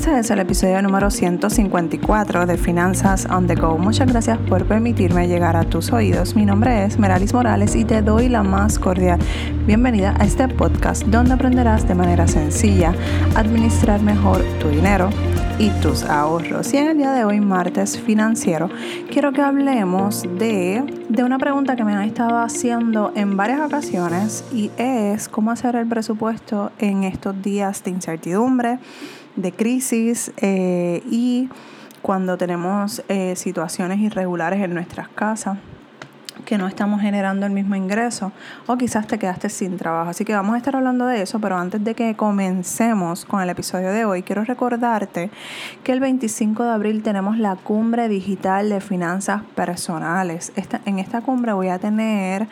Este es el episodio número 154 de Finanzas on the Go. Muchas gracias por permitirme llegar a tus oídos. Mi nombre es Meralis Morales y te doy la más cordial bienvenida a este podcast donde aprenderás de manera sencilla a administrar mejor tu dinero y tus ahorros. Y en el día de hoy, martes financiero, quiero que hablemos de una pregunta que me han estado haciendo en varias ocasiones y es cómo hacer el presupuesto en estos días de incertidumbre, de crisis y cuando tenemos situaciones irregulares en nuestras casas que no estamos generando el mismo ingreso o quizás te quedaste sin trabajo. Así que vamos a estar hablando de eso, pero antes de que comencemos con el episodio de hoy, quiero recordarte que el 25 de abril tenemos la Cumbre Digital de Finanzas Personales. En esta cumbre voy a tener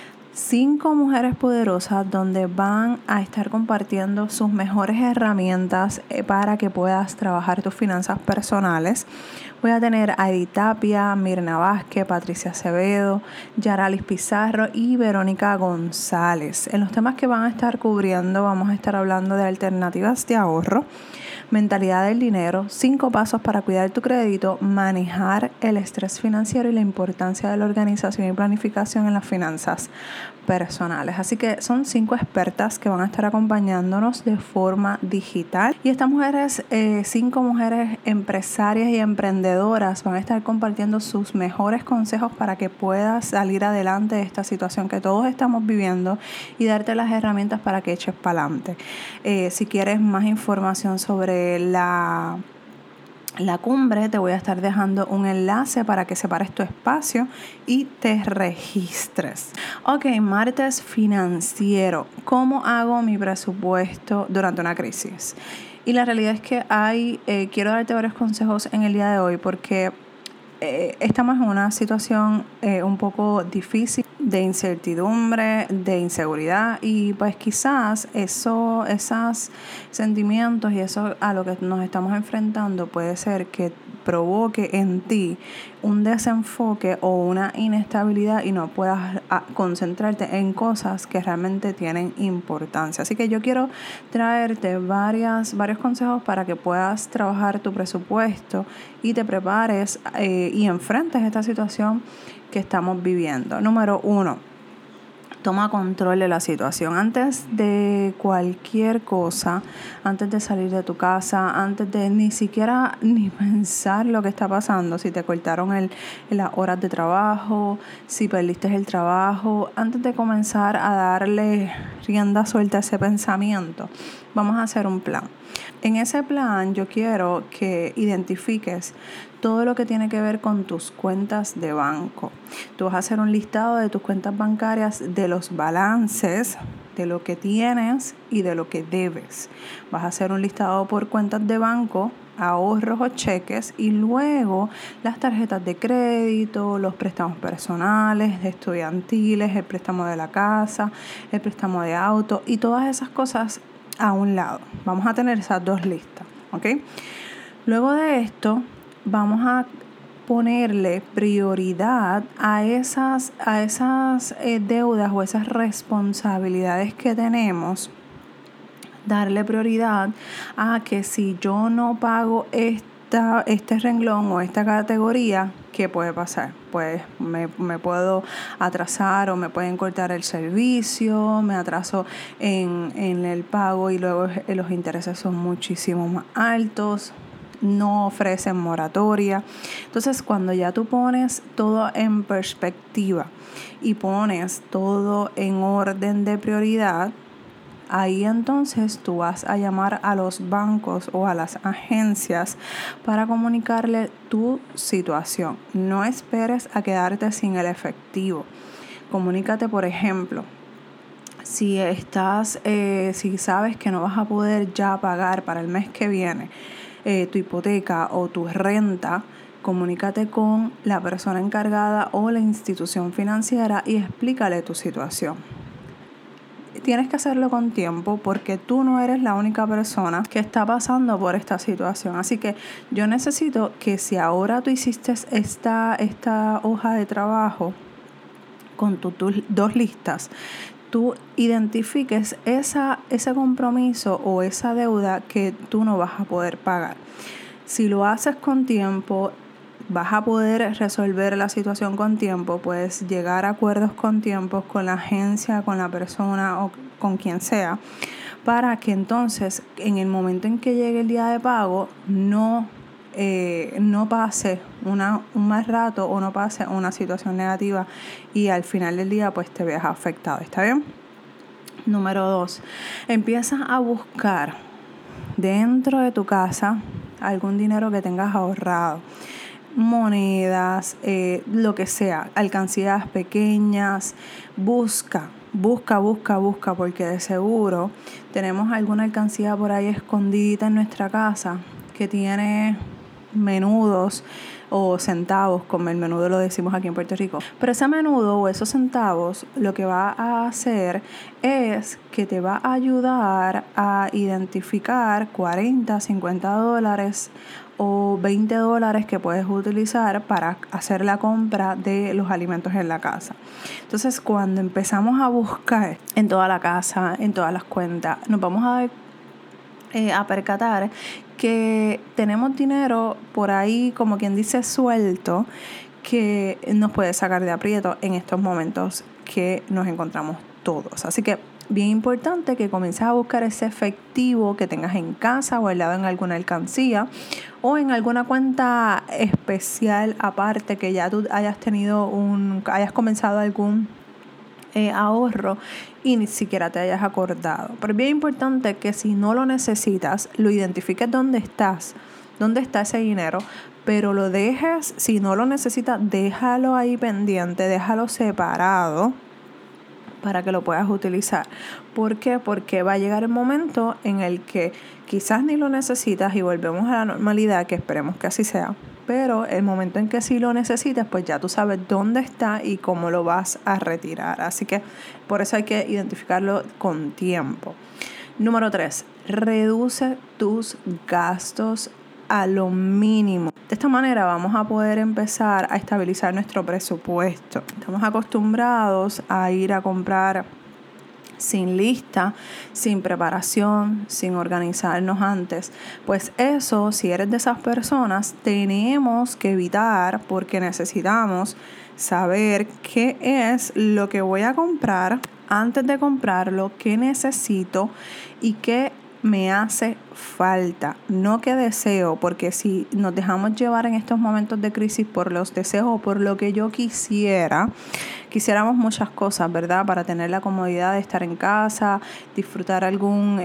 5 mujeres poderosas donde van a estar compartiendo sus mejores herramientas para que puedas trabajar tus finanzas personales. Voy a tener a Edith Tapia, Mirna Vázquez, Patricia Acevedo, Yaralis Pizarro y Verónica González. En los temas que van a estar cubriendo vamos a estar hablando de alternativas de ahorro, mentalidad del dinero, 5 pasos para cuidar tu crédito, manejar el estrés financiero y la importancia de la organización y planificación en las finanzas personales. Así que son 5 expertas que van a estar acompañándonos de forma digital y estas mujeres, 5 mujeres empresarias y emprendedoras van a estar compartiendo sus mejores consejos para que puedas salir adelante de esta situación que todos estamos viviendo y darte las herramientas para que eches para adelante. Si quieres más información sobre la cumbre, te voy a estar dejando un enlace para que separes tu espacio y te registres. Ok, martes financiero. ¿Cómo hago mi presupuesto durante una crisis? Y la realidad es que quiero darte varios consejos en el día de hoy porque estamos en una situación un poco difícil, de incertidumbre, de inseguridad y pues quizás esos sentimientos y eso a lo que nos estamos enfrentando puede ser que provoque en ti un desenfoque o una inestabilidad y no puedas concentrarte en cosas que realmente tienen importancia. Así que yo quiero traerte varios consejos para que puedas trabajar tu presupuesto y te prepares y enfrentes esta situación que estamos viviendo. Número 1, toma control de la situación. Antes de cualquier cosa, antes de salir de tu casa, antes de ni siquiera pensar lo que está pasando, si te cortaron las horas de trabajo, si perdiste el trabajo, antes de comenzar a darle rienda suelta a ese pensamiento, vamos a hacer un plan. En ese plan yo quiero que identifiques todo lo que tiene que ver con tus cuentas de banco. Tú vas a hacer un listado de tus cuentas bancarias, de los balances, de lo que tienes y de lo que debes. Vas a hacer un listado por cuentas de banco, ahorros o cheques y luego las tarjetas de crédito, los préstamos personales, estudiantiles, el préstamo de la casa, el préstamo de auto y todas esas cosas a un lado. Vamos a tener esas 2 listas, ¿ok? Luego de esto vamos a ponerle prioridad a esas deudas o esas responsabilidades que tenemos. Darle prioridad a que si yo no pago este renglón o esta categoría, ¿qué puede pasar? Pues me puedo atrasar o me pueden cortar el servicio, me atraso en el pago y luego los intereses son muchísimo más altos. No ofrecen moratoria. Entonces, cuando ya tú pones todo en perspectiva y pones todo en orden de prioridad, ahí entonces tú vas a llamar a los bancos o a las agencias para comunicarle tu situación. No esperes a quedarte sin el efectivo. Comunícate, por ejemplo, si sabes que no vas a poder ya pagar para el mes que viene tu hipoteca o tu renta, comunícate con la persona encargada o la institución financiera y explícale tu situación. Tienes que hacerlo con tiempo porque tú no eres la única persona que está pasando por esta situación. Así que yo necesito que si ahora tú hiciste esta hoja de trabajo con tus 2 listas, tú identifiques ese compromiso o esa deuda que tú no vas a poder pagar. Si lo haces con tiempo, vas a poder resolver la situación con tiempo, puedes llegar a acuerdos con tiempo con la agencia, con la persona o con quien sea, para que entonces en el momento en que llegue el día de pago no pase un mal rato o no pase una situación negativa y al final del día pues te veas afectado. ¿Está bien? Número 2, empieza a buscar dentro de tu casa algún dinero que tengas ahorrado, monedas, lo que sea, alcancías pequeñas. Busca, porque de seguro tenemos alguna alcancía por ahí escondida en nuestra casa que tiene menudos o centavos, como el menudo lo decimos aquí en Puerto Rico. Pero ese menudo o esos centavos lo que va a hacer es que te va a ayudar a identificar $40, $50 o $20 que puedes utilizar para hacer la compra de los alimentos en la casa. Entonces, cuando empezamos a buscar en toda la casa, en todas las cuentas, nos vamos a percatar que tenemos dinero por ahí, como quien dice, suelto, que nos puede sacar de aprieto en estos momentos que nos encontramos todos. Así que bien importante que comiences a buscar ese efectivo que tengas en casa guardado en alguna alcancía o en alguna cuenta especial aparte, que ya tú hayas comenzado algún ahorro y ni siquiera te hayas acordado. Pero es bien importante que si no lo necesitas, lo identifiques dónde está ese dinero, pero lo dejes, si no lo necesitas, déjalo ahí pendiente, déjalo separado para que lo puedas utilizar. ¿Por qué? Porque va a llegar el momento en el que quizás ni lo necesitas y volvemos a la normalidad, que esperemos que así sea. Pero el momento en que sí lo necesites, pues ya tú sabes dónde está y cómo lo vas a retirar. Así que por eso hay que identificarlo con tiempo. Número 3, reduce tus gastos a lo mínimo. De esta manera vamos a poder empezar a estabilizar nuestro presupuesto. Estamos acostumbrados a ir a comprar sin lista, sin preparación, sin organizarnos antes. Pues eso, si eres de esas personas, tenemos que evitar, porque necesitamos saber qué es lo que voy a comprar antes de comprarlo, qué necesito y qué me hace falta, no que deseo, porque si nos dejamos llevar en estos momentos de crisis por los deseos o por lo que yo quisiéramos muchas cosas, ¿verdad? Para tener la comodidad de estar en casa, disfrutar algo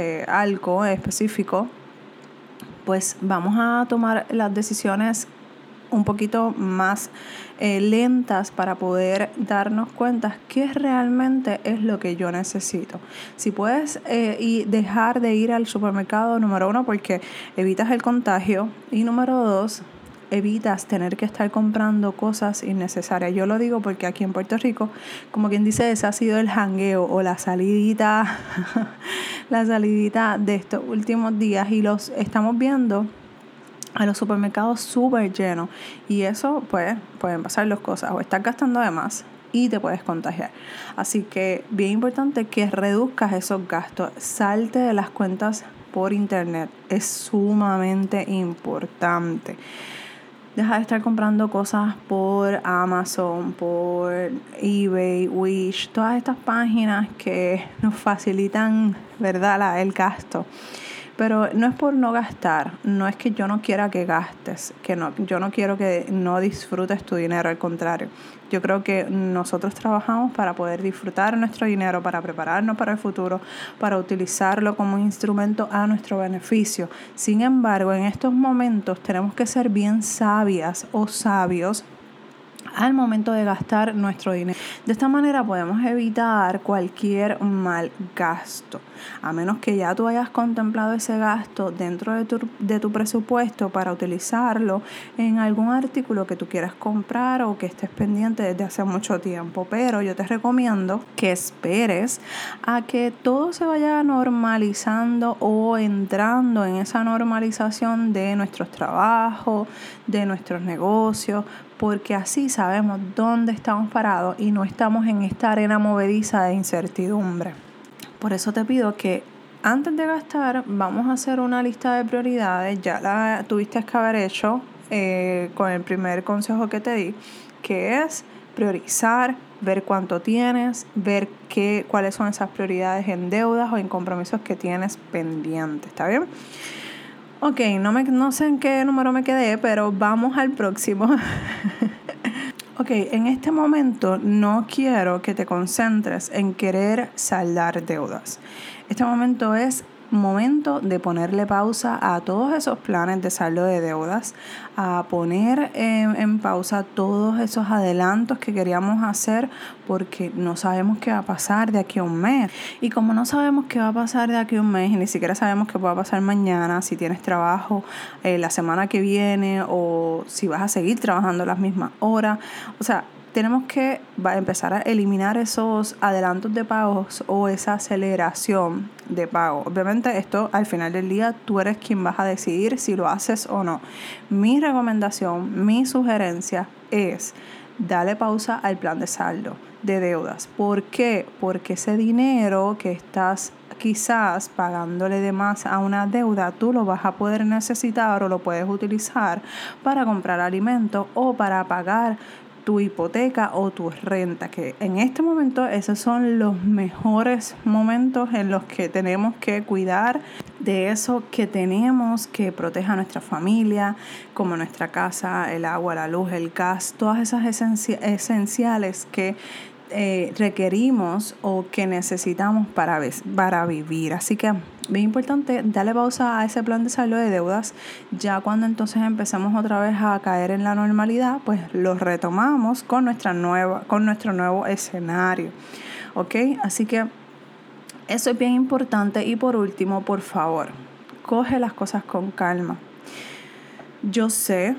específico, pues vamos a tomar las decisiones un poquito más lentas para poder darnos cuenta qué realmente es lo que yo necesito. Si puedes y dejar de ir al supermercado, número 1, porque evitas el contagio, y número 2, evitas tener que estar comprando cosas innecesarias. Yo lo digo porque aquí en Puerto Rico, como quien dice, ese ha sido el jangueo o la salidita de estos últimos días, y los estamos viendo a los supermercados súper llenos, y eso pues pueden pasar dos cosas: o estás gastando de más y te puedes contagiar. Así que bien importante que reduzcas esos gastos. Salte de las cuentas por internet, es sumamente importante. Deja de estar comprando cosas por Amazon, por eBay, Wish, todas estas páginas que nos facilitan, ¿verdad?, el gasto. Pero no es por no gastar, no es que yo no quiera que gastes, yo no quiero que no disfrutes tu dinero, al contrario. Yo creo que nosotros trabajamos para poder disfrutar nuestro dinero, para prepararnos para el futuro, para utilizarlo como un instrumento a nuestro beneficio. Sin embargo, en estos momentos tenemos que ser bien sabias o sabios al momento de gastar nuestro dinero. De esta manera podemos evitar cualquier mal gasto, a menos que ya tú hayas contemplado ese gasto dentro de tu presupuesto para utilizarlo en algún artículo que tú quieras comprar o que estés pendiente desde hace mucho tiempo. Pero yo te recomiendo que esperes a que todo se vaya normalizando o entrando en esa normalización de nuestros trabajos, de nuestros negocios, porque así sabemos dónde estamos parados y no estamos en esta arena movediza de incertidumbre. Por eso te pido que antes de gastar, vamos a hacer una lista de prioridades. Ya la tuviste que haber hecho con el primer consejo que te di, que es priorizar, ver cuánto tienes, ver cuáles son esas prioridades en deudas o en compromisos que tienes pendientes. ¿Está bien? Ok, no sé en qué número me quedé, pero vamos al próximo. Ok, en este momento no quiero que te concentres en querer saldar deudas. Este momento es momento de ponerle pausa a todos esos planes de saldo de deudas, a poner en pausa todos esos adelantos que queríamos hacer porque no sabemos qué va a pasar de aquí a un mes. Y como no sabemos qué va a pasar de aquí a un mes y ni siquiera sabemos qué va a pasar mañana, si tienes trabajo la semana que viene o si vas a seguir trabajando las mismas horas, o sea, tenemos que empezar a eliminar esos adelantos de pagos o esa aceleración de pago. Obviamente esto al final del día tú eres quien vas a decidir si lo haces o no. Mi recomendación, mi sugerencia es darle pausa al plan de saldo de deudas. ¿Por qué? Porque ese dinero que estás quizás pagándole de más a una deuda, tú lo vas a poder necesitar o lo puedes utilizar para comprar alimentos o para pagar tu hipoteca o tu renta, que en este momento esos son los mejores momentos en los que tenemos que cuidar de eso que tenemos que proteja a nuestra familia, como nuestra casa, el agua, la luz, el gas, todas esas esenciales que requerimos o que necesitamos para vivir. Así que bien importante, darle pausa a ese plan de saldo de deudas. Ya cuando entonces empecemos otra vez a caer en la normalidad, pues lo retomamos con nuestro nuevo escenario. ¿Ok? Así que eso es bien importante. Y por último, por favor, coge las cosas con calma. Yo sé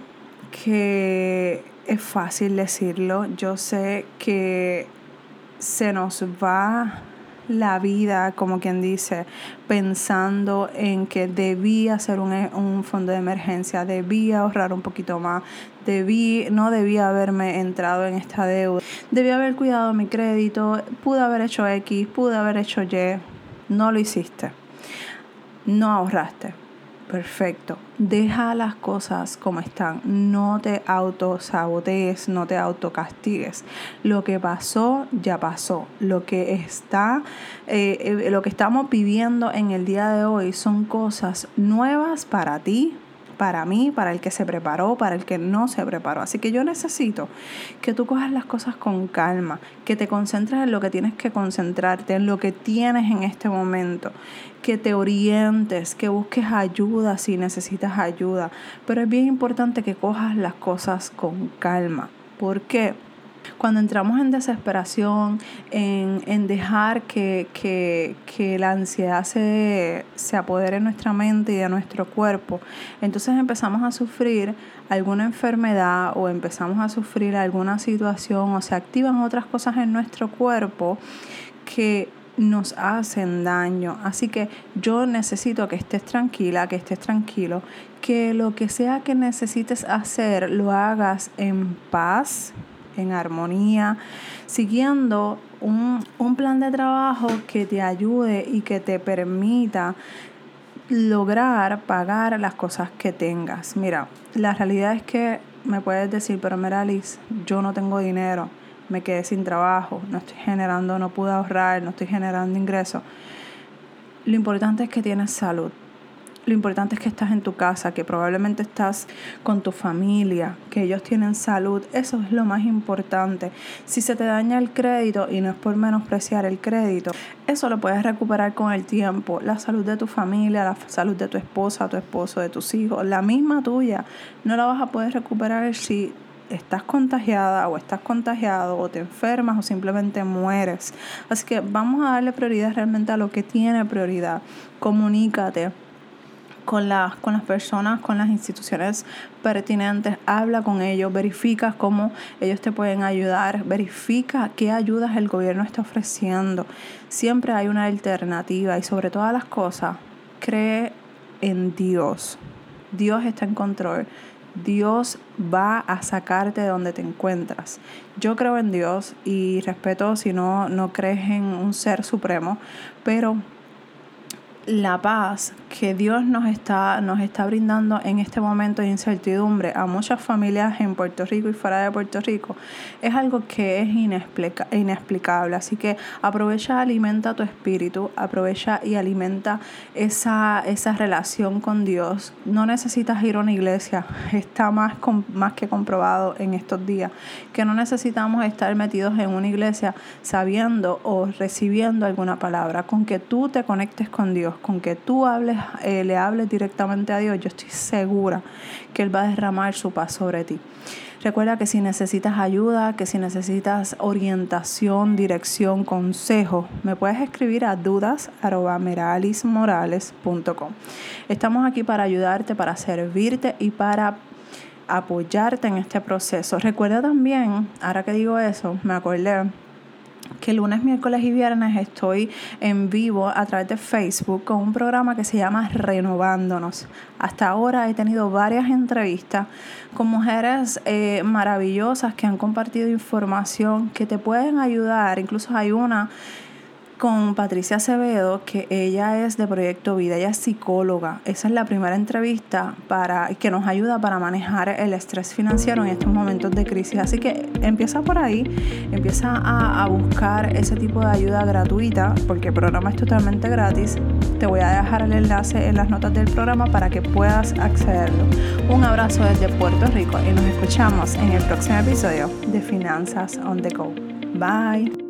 que es fácil decirlo. Yo sé que se nos va la vida, como quien dice, pensando en que debí hacer un fondo de emergencia, debí ahorrar un poquito más, no debía haberme entrado en esta deuda, debí haber cuidado mi crédito, pude haber hecho X, pude haber hecho Y. No lo hiciste, no ahorraste. Perfecto. Deja las cosas como están. No te autosabotees, no te autocastigues. Lo que pasó, ya pasó. Lo que estamos viviendo en el día de hoy son cosas nuevas para ti, para mí, para el que se preparó, para el que no se preparó. Así que yo necesito que tú cojas las cosas con calma, que te concentres en lo que tienes que concentrarte, en lo que tienes en este momento, que te orientes, que busques ayuda si necesitas ayuda. Pero es bien importante que cojas las cosas con calma. ¿Por qué? Cuando entramos en desesperación, en dejar que la ansiedad se apodere en nuestra mente y de nuestro cuerpo, entonces empezamos a sufrir alguna enfermedad o empezamos a sufrir alguna situación o se activan otras cosas en nuestro cuerpo que nos hacen daño. Así que yo necesito que estés tranquila, que estés tranquilo, que lo que sea que necesites hacer lo hagas en paz, en armonía, siguiendo un plan de trabajo que te ayude y que te permita lograr pagar las cosas que tengas. Mira, la realidad es que me puedes decir, pero Meralis, yo no tengo dinero, me quedé sin trabajo, no pude ahorrar, no estoy generando ingresos. Lo importante es que tienes salud. Lo importante es que estás en tu casa, que probablemente estás con tu familia, que ellos tienen salud. Eso es lo más importante. Si se te daña el crédito, y no es por menospreciar el crédito, eso lo puedes recuperar con el tiempo. La salud de tu familia, la salud de tu esposa, tu esposo, de tus hijos, la misma tuya, no la vas a poder recuperar si estás contagiada o estás contagiado o te enfermas o simplemente mueres. Así que vamos a darle prioridad realmente a lo que tiene prioridad. Comunícate con las personas, con las instituciones pertinentes, habla con ellos, verifica cómo ellos te pueden ayudar, verifica qué ayudas el gobierno está ofreciendo. Siempre hay una alternativa y sobre todas las cosas, cree en Dios. Dios está en control. Dios va a sacarte de donde te encuentras. Yo creo en Dios y respeto si no crees en un ser supremo, pero la paz que Dios nos está brindando en este momento de incertidumbre a muchas familias en Puerto Rico y fuera de Puerto Rico es algo que es inexplicable. Así que aprovecha, alimenta tu espíritu, aprovecha y alimenta esa relación con Dios. No necesitas ir a una iglesia, está más que comprobado en estos días que no necesitamos estar metidos en una iglesia sabiendo o recibiendo alguna palabra. Con que tú te conectes con Dios, con que tú le hables directamente a Dios, yo estoy segura que Él va a derramar su paz sobre ti. Recuerda que si necesitas ayuda, que si necesitas orientación, dirección, consejo, me puedes escribir a dudas@meralismorales.com. Estamos aquí para ayudarte, para servirte y para apoyarte en este proceso. Recuerda también, ahora que digo eso, me acordé que lunes, miércoles y viernes estoy en vivo a través de Facebook con un programa que se llama Renovándonos. Hasta ahora he tenido varias entrevistas con mujeres maravillosas que han compartido información que te pueden ayudar. Incluso hay una con Patricia Acevedo, que ella es de Proyecto Vida, ella es psicóloga. Esa es la primera entrevista que nos ayuda para manejar el estrés financiero en estos momentos de crisis. Así que empieza por ahí, empieza a buscar ese tipo de ayuda gratuita, porque el programa es totalmente gratis. Te voy a dejar el enlace en las notas del programa para que puedas accederlo. Un abrazo desde Puerto Rico y nos escuchamos en el próximo episodio de Finanzas on the Go. Bye.